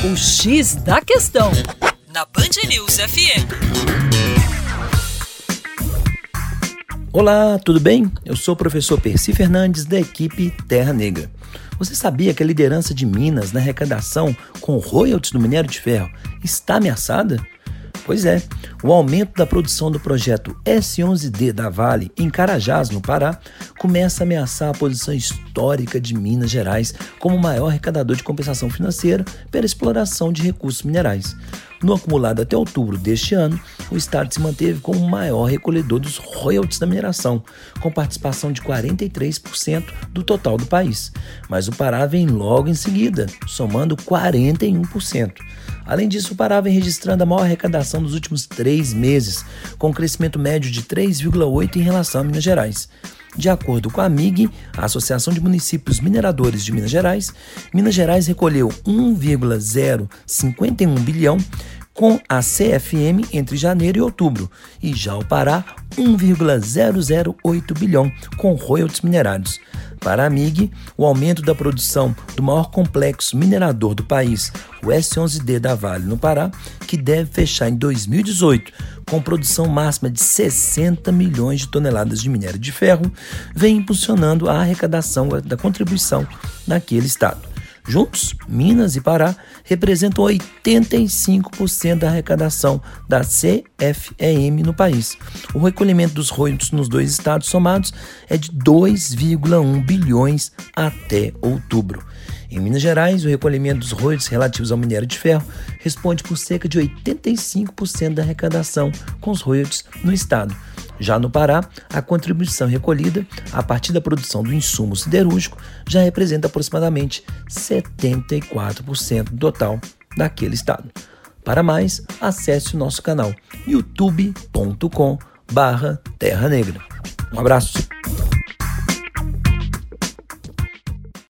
O X da Questão, na Band News FM. Olá, tudo bem? Eu sou o professor Percy Fernandes, da equipe Terra Negra. Você sabia que a liderança de Minas na arrecadação com royalties do minério de ferro está ameaçada? Pois é, o aumento da produção do projeto S11D da Vale em Carajás, no Pará, começa a ameaçar a posição histórica de Minas Gerais como o maior arrecadador de compensação financeira pela exploração de recursos minerais. No acumulado até outubro deste ano, o estado se manteve como o maior recolhedor dos royalties da mineração, com participação de 43% do total do país. Mas o Pará vem logo em seguida, somando 41%. Além disso, o Pará vem registrando a maior arrecadação dos últimos 3 meses, com um crescimento médio de 3,8% em relação a Minas Gerais. De acordo com a AMIG, a Associação de Municípios Mineradores de Minas Gerais recolheu 1,051 bilhão com a CFM entre janeiro e outubro, e já o Pará 1,008 bilhão com royalties minerários. Para a AMIG, o aumento da produção do maior complexo minerador do país, o S11D da Vale no Pará, que deve fechar em 2018 com produção máxima de 60 milhões de toneladas de minério de ferro, vem impulsionando a arrecadação da contribuição naquele estado. Juntos, Minas e Pará representam 85% da arrecadação da CFEM no país. O recolhimento dos royalties nos dois estados somados é de 2,1 bilhões até outubro. Em Minas Gerais, o recolhimento dos royalties relativos ao minério de ferro responde por cerca de 85% da arrecadação com os royalties no estado. Já no Pará, a contribuição recolhida a partir da produção do insumo siderúrgico já representa aproximadamente 74% do total daquele estado. Para mais, acesse o nosso canal youtube.com/Terra Negra. Um abraço!